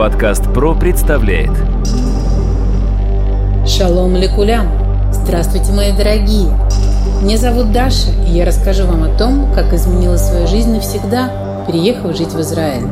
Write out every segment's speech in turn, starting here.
Подкаст ПРО представляет. Шалом лекулям! Здравствуйте, мои дорогие! Меня зовут Даша, и я расскажу вам о том, как изменила свою жизнь навсегда, переехав жить в Израиль.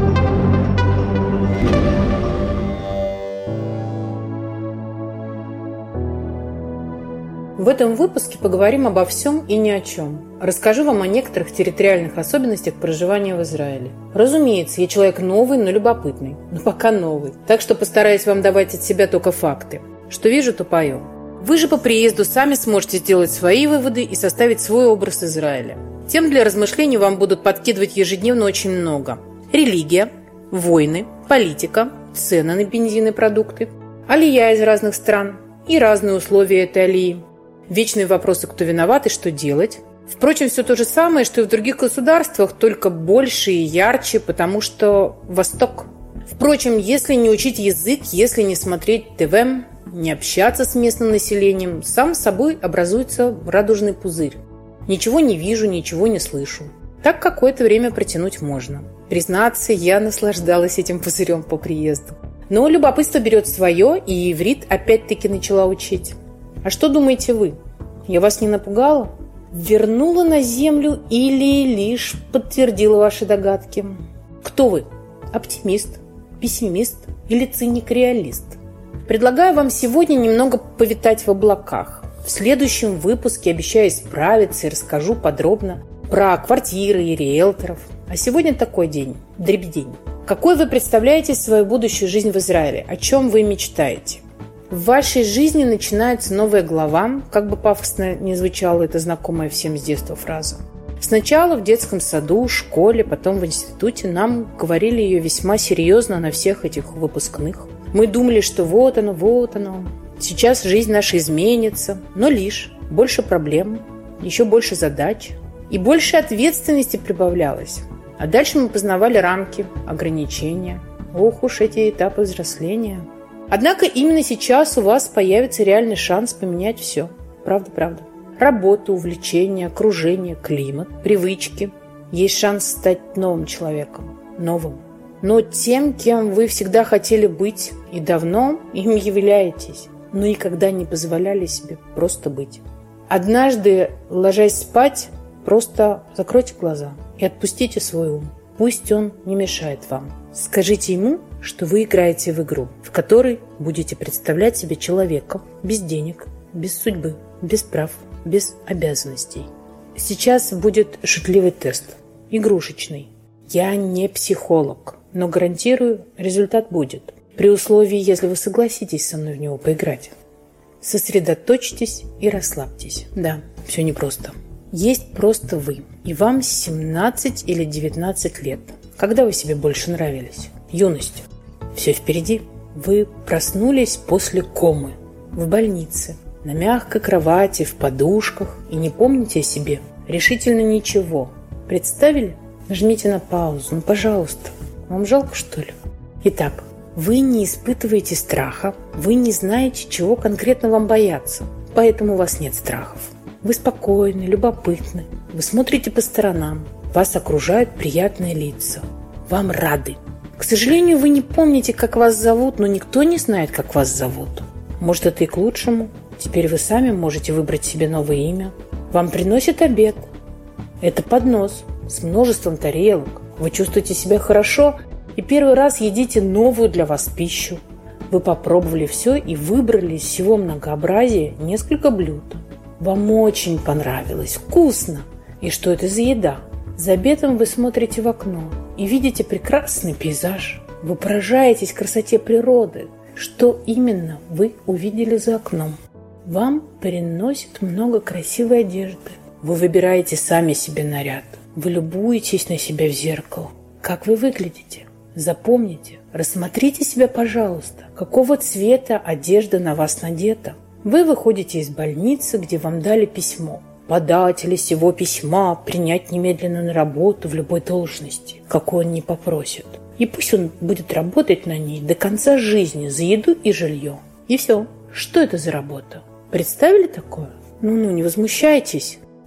В этом выпуске поговорим обо всем и ни о чем. Расскажу вам о некоторых территориальных особенностях проживания в Израиле. Разумеется, я человек новый, но любопытный. Но пока новый. Так что постараюсь вам давать от себя только факты. Что вижу, то пою. Вы же по приезду сами сможете сделать свои выводы и составить свой образ Израиля. Тем для размышлений вам будут подкидывать ежедневно очень много. Религия, войны, политика, цены на бензин и продукты, алия из разных стран и разные условия этой алии. Вечные вопросы, кто виноват и что делать. Впрочем, все то же самое, что и в других государствах, только больше и ярче, потому что Восток. Впрочем, если не учить язык, если не смотреть ТВ, не общаться с местным населением, сам собой образуется радужный пузырь. Ничего не вижу, ничего не слышу. Так какое-то время протянуть можно. Признаться, я наслаждалась этим пузырем по приезду. Но любопытство берет свое, и иврит опять-таки начала учить. А что думаете вы? Я вас не напугала? Вернула на землю или лишь подтвердила ваши догадки? Кто вы? Оптимист, пессимист или циник-реалист? Предлагаю вам сегодня немного повитать в облаках. В следующем выпуске обещаю исправиться и расскажу подробно про квартиры и риэлторов. А сегодня такой день, дребедень. Какой вы представляете свою будущую жизнь в Израиле? О чем вы мечтаете? В вашей жизни начинается новая глава, как бы пафосно ни звучала эта знакомая всем с детства фраза. Сначала в детском саду, школе, потом в институте нам говорили ее весьма серьезно на всех этих выпускных. Мы думали, что вот оно. Сейчас жизнь наша изменится, но лишь больше проблем, еще больше задач и больше ответственности прибавлялось. А дальше мы познавали рамки, ограничения. Ох уж эти этапы взросления. Однако именно сейчас у вас появится реальный шанс поменять все. Правда. Работу, увлечения, окружение, климат, привычки. Есть шанс стать новым человеком. Новым. Но тем, кем вы всегда хотели быть и давно им являетесь, но никогда не позволяли себе просто быть. Однажды, ложась спать, просто закройте глаза и отпустите свой ум. Пусть он не мешает вам. Скажите ему, что вы играете в игру, в которой будете представлять себя человеком без денег, без судьбы, без прав, без обязанностей. Сейчас будет шутливый тест, игрушечный. Я не психолог, но гарантирую, результат будет, при условии, если вы согласитесь со мной в него поиграть. Сосредоточьтесь и расслабьтесь. Да, все непросто. Есть просто вы, и вам 17 или 19 лет. Когда вы себе больше нравились? Юность. Все впереди. Вы проснулись после комы, в больнице, на мягкой кровати, в подушках и не помните о себе решительно ничего. Представили? Нажмите на паузу, пожалуйста. Вам жалко, что ли? Итак, вы не испытываете страха, вы не знаете, чего конкретно вам бояться, поэтому у вас нет страхов. Вы спокойны, любопытны, вы смотрите по сторонам, вас окружают приятные лица, вам рады. К сожалению, вы не помните, как вас зовут, но никто не знает, как вас зовут. Может, это и к лучшему. Теперь вы сами можете выбрать себе новое имя. Вам приносят обед. Это поднос с множеством тарелок. Вы чувствуете себя хорошо и первый раз едите новую для вас пищу. Вы попробовали все и выбрали из всего многообразия несколько блюд. Вам очень понравилось, вкусно. И что это за еда? За обедом вы смотрите в окно и видите прекрасный пейзаж. Вы поражаетесь красоте природы. Что именно вы увидели за окном? Вам приносят много красивой одежды. Вы выбираете сами себе наряд. Вы любуетесь на себя в зеркало. Как вы выглядите? Запомните, рассмотрите себя, пожалуйста. Какого цвета одежда на вас надета? Вы выходите из больницы, где вам дали письмо. Подателя сего письма принять немедленно на работу в любой должности, какой он ни попросит. И пусть он будет работать на ней до конца жизни за еду и жилье. И все. Что это за работа? Представили такое? Ну, не возмущайтесь.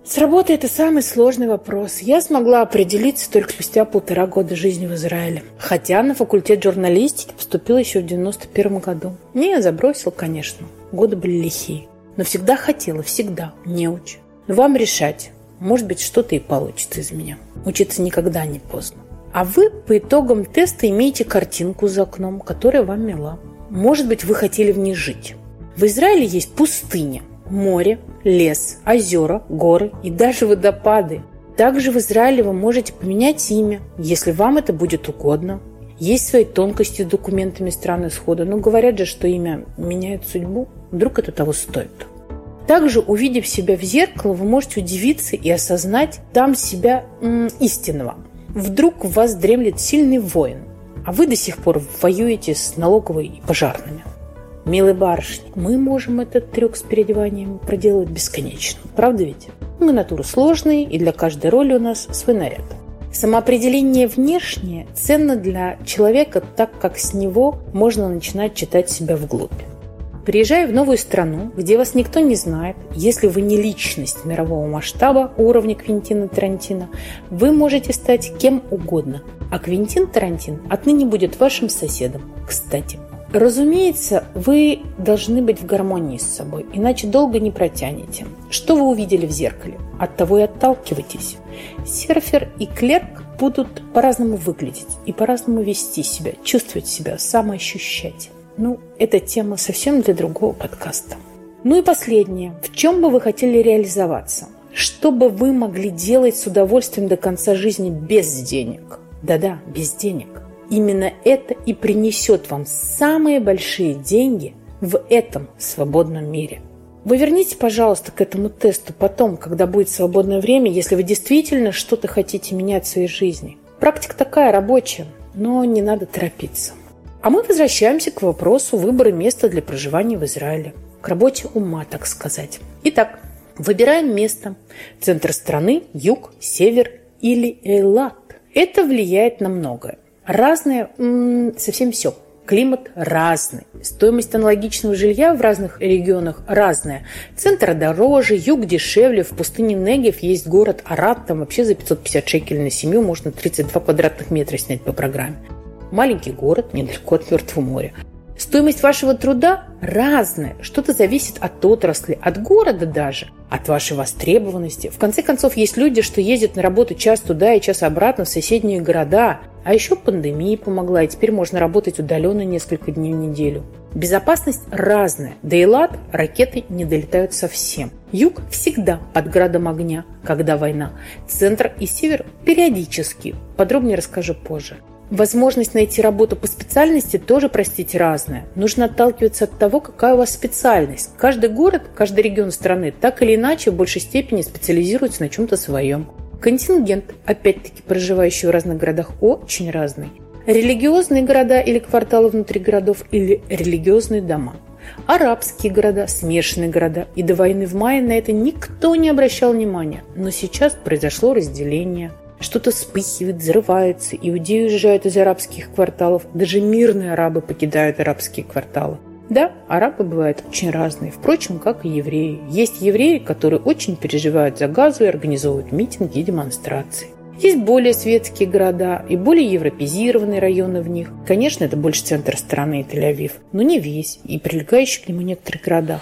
С работой это самый сложный вопрос. Я смогла определиться только спустя 1,5 года жизни в Израиле. Хотя на факультет журналистики поступила еще в 91 году. Не, забросил, конечно. Годы были лихие. Но всегда хотела, всегда, неуч. Но вам решать. Может быть, что-то и получится из меня. Учиться никогда не поздно. А вы по итогам теста имеете картинку за окном, которая вам мила. Может быть, вы хотели в ней жить. В Израиле есть пустыня, море, лес, озера, горы и даже водопады. Также в Израиле вы можете поменять имя, если вам это будет угодно. Есть свои тонкости с документами стран исхода, но говорят же, что имя меняет судьбу. Вдруг это того стоит. Также, увидев себя в зеркало, вы можете удивиться и осознать там себя истинного. Вдруг в вас дремлет сильный воин, а вы до сих пор воюете с налоговой и пожарными. Милые барышни, мы можем этот трюк с переодеванием проделать бесконечно. Правда ведь? Мы натуры сложные, и для каждой роли у нас свой наряд. Самоопределение внешнее ценно для человека, так как с него можно начинать читать себя вглубь. Приезжая в новую страну, где вас никто не знает, если вы не личность мирового масштаба уровня Квентина Тарантино, вы можете стать кем угодно. А Квентин Тарантино отныне будет вашим соседом, кстати. Разумеется, вы должны быть в гармонии с собой, иначе долго не протянете. Что вы увидели в зеркале? От того и отталкивайтесь. Серфер и клерк будут по-разному выглядеть и по-разному вести себя, чувствовать себя, самоощущать. Это тема совсем для другого подкаста. И последнее. В чем бы вы хотели реализоваться? Что бы вы могли делать с удовольствием до конца жизни без денег? Да-да, без денег. Именно это и принесет вам самые большие деньги в этом свободном мире. Вы вернитесь, пожалуйста, к этому тесту потом, когда будет свободное время, если вы действительно что-то хотите менять в своей жизни. Практика такая рабочая, но не надо торопиться. А мы возвращаемся к вопросу выбора места для проживания в Израиле. К работе ума, так сказать. Итак, выбираем место. Центр страны, юг, север или Эйлат. Это влияет на многое. Разное, совсем все. Климат разный. Стоимость аналогичного жилья в разных регионах разная. Центр дороже, юг дешевле. В пустыне Негев есть город Арат. Там вообще за 550 шекелей на семью можно 32 квадратных метра снять по программе. Маленький город, недалеко от Мертвого моря. Стоимость вашего труда разная. Что-то зависит от отрасли, от города даже, от вашей востребованности. В конце концов, есть люди, что ездят на работу час туда и час обратно в соседние города. А еще пандемия помогла, и теперь можно работать удаленно несколько дней в неделю. Безопасность разная. До Эйлат ракеты не долетают совсем. Юг всегда под градом огня, когда война. Центр и север периодически. Подробнее расскажу позже. Возможность найти работу по специальности тоже, разная. Нужно отталкиваться от того, какая у вас специальность. Каждый город, каждый регион страны так или иначе в большей степени специализируется на чем-то своем. Контингент, опять-таки проживающий в разных городах, очень разный. Религиозные города или кварталы внутри городов или религиозные дома. Арабские города, смешанные города. И до войны в мае на это никто не обращал внимания. Но сейчас произошло разделение. Что-то вспыхивает, взрывается, иудеи уезжают из арабских кварталов, даже мирные арабы покидают арабские кварталы. Да, арабы бывают очень разные, впрочем, как и евреи. Есть евреи, которые очень переживают за Газу и организовывают митинги и демонстрации. Есть более светские города и более европеизированные районы в них. Конечно, это больше центр страны и Тель-Авив, но не весь, и прилегающие к нему некоторые города.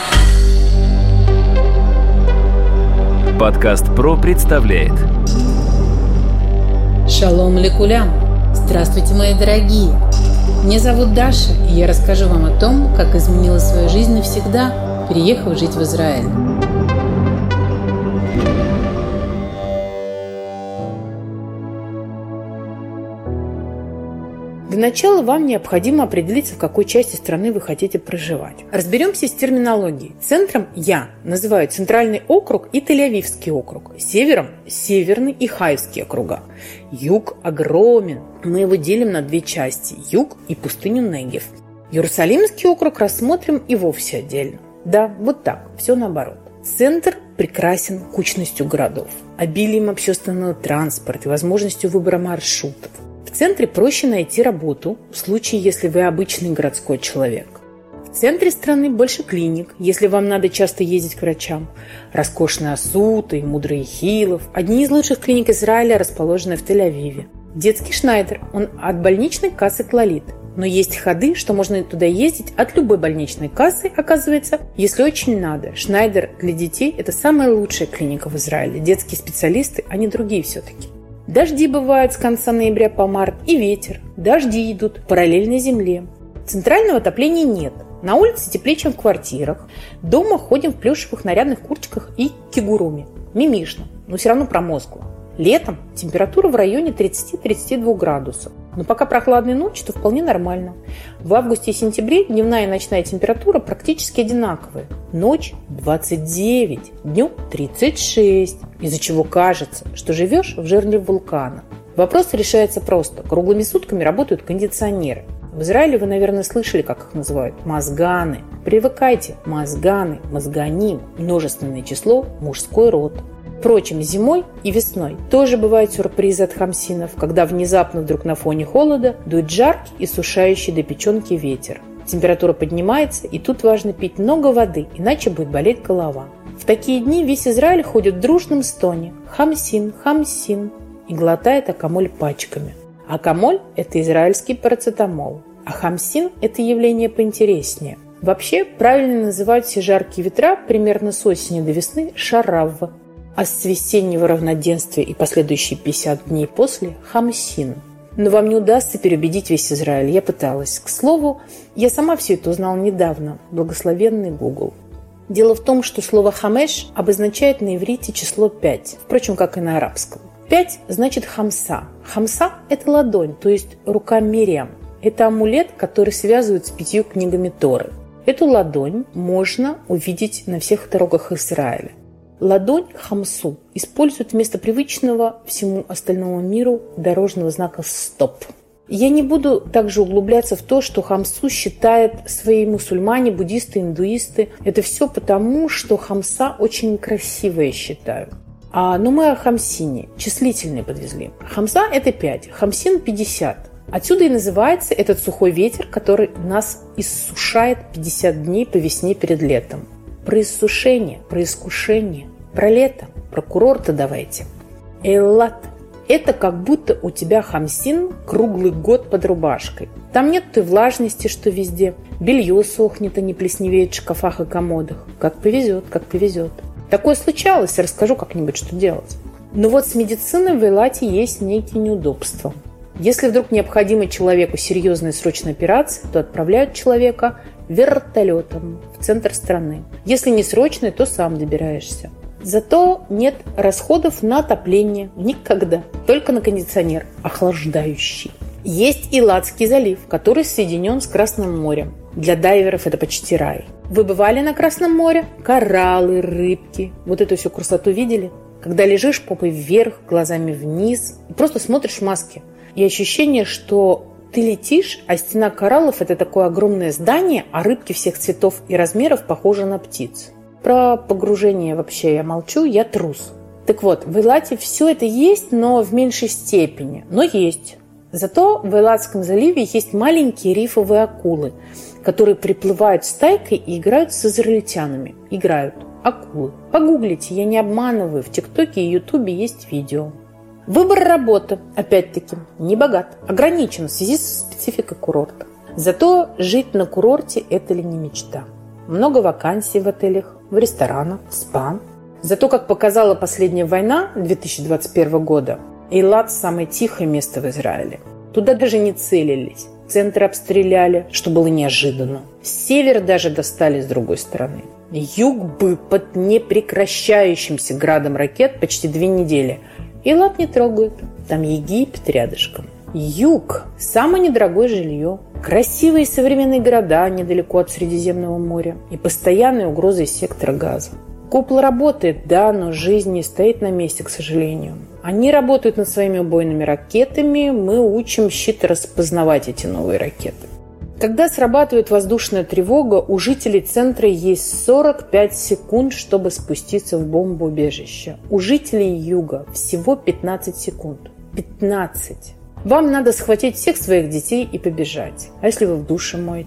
Подкаст «Про» представляет Шалом лекулям! Здравствуйте, мои дорогие! Меня зовут Даша, и я расскажу вам о том, как изменила свою жизнь навсегда, переехав жить в Израиль. Для начала вам необходимо определиться, в какой части страны вы хотите проживать. Разберемся с терминологией. Центром я называю Центральный округ и Тель-Авивский округ. Севером – Северный и Хайфский округа. Юг огромен. Мы его делим на две части – юг и пустыню Негев. Иерусалимский округ рассмотрим и вовсе отдельно. Да, вот так, все наоборот. Центр прекрасен кучностью городов, обилием общественного транспорта и возможностью выбора маршрутов. В центре проще найти работу, в случае, если вы обычный городской человек. В В центре страны больше клиник, если вам надо часто ездить к врачам. Роскошный Асут и Мудрый Хилов. Одни из лучших клиник Израиля расположены в Тель-Авиве. Детский Шнайдер, он от больничной кассы Клалит. Но есть ходы, что можно туда ездить от любой больничной кассы, оказывается, если очень надо. Шнайдер для детей – это самая лучшая клиника в Израиле. Детские специалисты, они другие все-таки. Дожди бывают с конца ноября по март и ветер. Дожди идут параллельно земле. Центрального отопления нет. На улице теплее, чем в квартирах. Дома ходим в плюшевых нарядных курточках и кигуруми. Мимишно, но все равно промозгло. Летом температура в районе 30-32 градусов. Но пока прохладные ночи, то вполне нормально. В августе и сентябре дневная и ночная температура практически одинаковые. Ночь 29, днем 36, из-за чего кажется, что живешь в жерле вулкана. Вопрос решается просто. Круглыми сутками работают кондиционеры. В Израиле вы, наверное, слышали, как их называют. Мазганы. Привыкайте. Мазганы, мазганим. Множественное число, мужской род. Впрочем, зимой и весной тоже бывают сюрпризы от хамсинов, когда внезапно вдруг на фоне холода дует жаркий и сушающий до печенки ветер. Температура поднимается, и тут важно пить много воды, иначе будет болеть голова. В такие дни весь Израиль ходит в дружном стоне «Хамсин, хамсин» и глотает акамоль пачками. Акамоль – это израильский парацетамол, а хамсин – это явление поинтереснее. Вообще, правильно называют все жаркие ветра примерно с осени до весны шарав, а с весеннего равноденствия и последующие 50 дней после – хамсин. Но вам не удастся переубедить весь Израиль, я пыталась. К слову, я сама все это узнала недавно, благословенный Google. Дело в том, что слово «хамеш» обозначает на иврите число 5, впрочем, как и на арабском. 5 значит хамса. Хамса – это ладонь, то есть рука Мириам. Это амулет, который связывают с 5 книгами Торы. Эту ладонь можно увидеть на всех дорогах Израиля. Ладонь хамсу используют вместо привычного всему остальному миру дорожного знака «стоп». Я не буду также углубляться в то, что хамсу считают свои мусульмане, буддисты, индуисты. Это все потому, что хамса очень красивая, считаю. Но мы о хамсине, числительные подвезли. Хамса – это 5, хамсин – 50. Отсюда и называется этот сухой ветер, который нас иссушает 50 дней по весне перед летом. Про иссушение, про искушение, про лето, про курорты давайте. Эйлат – это как будто у тебя хамсин круглый год под рубашкой. Там нет той влажности, что везде. Белье сохнет, а не плесневеет в шкафах и комодах. Как повезет, как повезет. Такое случалось, расскажу как-нибудь, что делать. Но вот с медициной в Эйлате есть некие неудобства. Если вдруг необходима человеку серьезная срочная операция, то отправляют человека вертолетом в центр страны. Если не срочная, то сам добираешься. Зато нет расходов на отопление никогда, только на кондиционер, охлаждающий. Есть Эйлатский залив, который соединен с Красным морем. Для дайверов это почти рай. Вы бывали на Красном море? Кораллы, рыбки. Вот эту всю красоту видели? Когда лежишь попой вверх, глазами вниз и просто смотришь в маске. И ощущение, что ты летишь, а стена кораллов – это такое огромное здание, а рыбки всех цветов и размеров похожи на птиц. Про погружение вообще я молчу, я трус. Так вот, в Эйлате все это есть, но в меньшей степени. Но есть. Зато в Эйлатском заливе есть маленькие рифовые акулы, которые приплывают стайкой и играют с израильтянами. Играют. Акулы. Погуглите, я не обманываю. В ТикТоке и Ютубе есть видео. Выбор работы, опять-таки, не богат. Ограничен в связи со спецификой курорта. Зато жить на курорте – это ли не мечта. Много вакансий в отелях, в ресторанах, спа. Зато, как показала последняя война 2021 года, Эйлат – самое тихое место в Израиле. Туда даже не целились. Центр обстреляли, что было неожиданно. Север даже достали с другой стороны. Юг бы под непрекращающимся градом ракет почти 2 недели. Эйлат не трогают. Там Египет рядышком. Юг – самое недорогое жилье. Красивые современные города недалеко от Средиземного моря. И постоянная угроза из сектора газа. Купол работает, да, но жизнь не стоит на месте, к сожалению. Они работают над своими убойными ракетами. Мы учим щит распознавать эти новые ракеты. Когда срабатывает воздушная тревога, у жителей центра есть 45 секунд, чтобы спуститься в бомбоубежище. У жителей юга всего 15 секунд. 15. Вам надо схватить всех своих детей и побежать. А если вы в душе моетесь?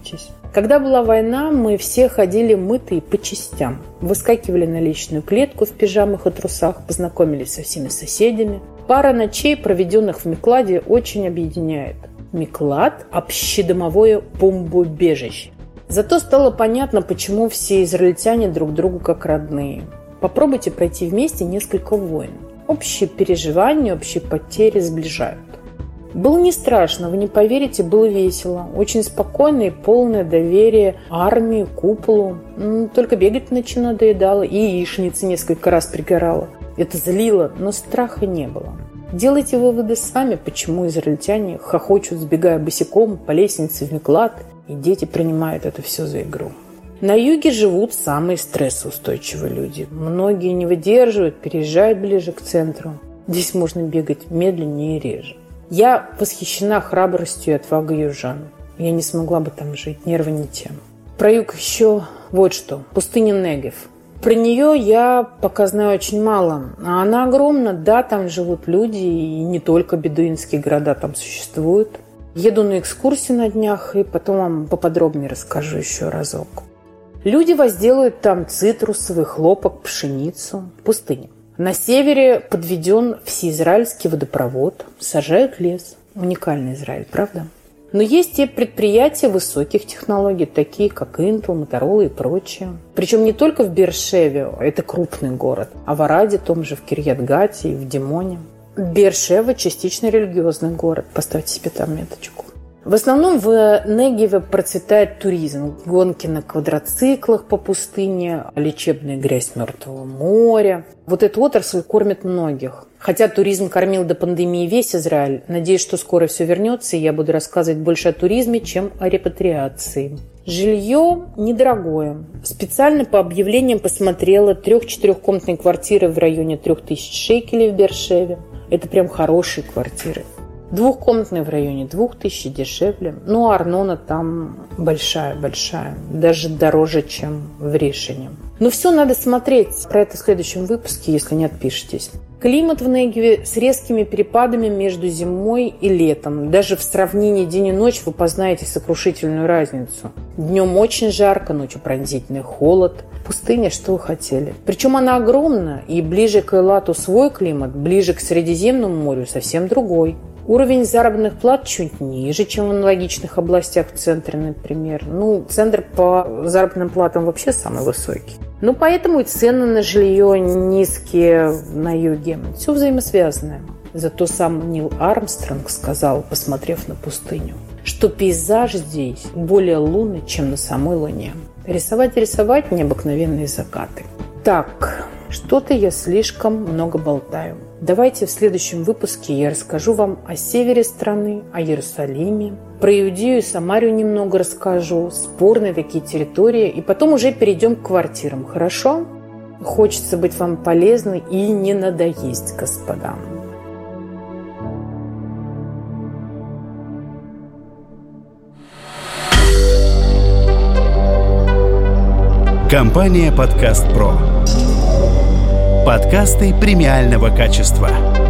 Когда была война, мы все ходили мытые по частям. Выскакивали на личную клетку в пижамах и трусах, познакомились со всеми соседями. Пара ночей, проведенных в Микладе, очень объединяет. Миклад – общедомовое бомбоубежище. Зато стало понятно, почему все израильтяне друг другу как родные. Попробуйте пройти вместе несколько войн. Общие переживания, общие потери сближают. Было не страшно, вы не поверите, было весело. Очень спокойно и полное доверие армии, куполу. Только бегать ночью надоедало, и яичница несколько раз пригорала. Это злило, но страха не было. Делайте выводы сами, почему израильтяне хохочут, сбегая босиком по лестнице в Миклад, и дети принимают это все за игру. На юге живут самые стрессоустойчивые люди. Многие не выдерживают, переезжают ближе к центру. Здесь можно бегать медленнее и реже. Я восхищена храбростью и отвагой южан. Я не смогла бы там жить, нервы не те. Про юг еще вот что. Пустыня Негев. Про нее я пока знаю очень мало. А она огромна, да, там живут люди, и не только бедуинские города там существуют. Еду на экскурсию на днях, и потом вам поподробнее расскажу еще разок. Люди возделывают там цитрусовый, хлопок, пшеницу. Пустыня. На севере подведен всеизраильский водопровод. Сажают лес. Уникальный Израиль, правда? Но есть и предприятия высоких технологий, такие как Intel, Motorola и прочее. Причем не только в Беэр-Шеве, это крупный город, а в Араде, том же в Кирьят-Гате и в Димоне. Беэр-Шева частично религиозный город, поставьте себе там меточку. В основном в Негеве процветает туризм. Гонки на квадроциклах по пустыне, лечебная грязь Мертвого моря. Вот эта отрасль кормит многих. Хотя туризм кормил до пандемии весь Израиль, надеюсь, что скоро все вернется, и я буду рассказывать больше о туризме, чем о репатриации. Жилье недорогое. Специально по объявлениям посмотрела 3-4-комнатные квартиры в районе 3000 шекелей в Беэр-Шеве. Это прям хорошие квартиры. Двухкомнатные в районе 2000, дешевле. Ну, Арнона там большая, даже дороже, чем в Ришине. Но все надо смотреть. Про это в следующем выпуске, если не отпишитесь. Климат в Негеве с резкими перепадами между зимой и летом. Даже в сравнении день и ночь вы познаете сокрушительную разницу. Днем очень жарко, ночью пронзительный холод. Пустыня, что вы хотели. Причем она огромна, и ближе к Элату свой климат, ближе к Средиземному морю совсем другой. Уровень заработных плат чуть ниже, чем в аналогичных областях в центре, например. Центр по заработным платам вообще самый высокий. Поэтому и цены на жилье низкие на юге. Все взаимосвязано. Зато сам Нил Армстронг сказал, посмотрев на пустыню, что пейзаж здесь более лунный, чем на самой Луне. Рисовать необыкновенные закаты. Так, что-то я слишком много болтаю. Давайте в следующем выпуске я расскажу вам о севере страны, о Иерусалиме, про Иудею и Самарию немного расскажу, спорные такие территории, и потом уже перейдем к квартирам, хорошо? Хочется быть вам полезной и не надоесть, господа. Компания «Подкаст Про». Подкасты премиального качества.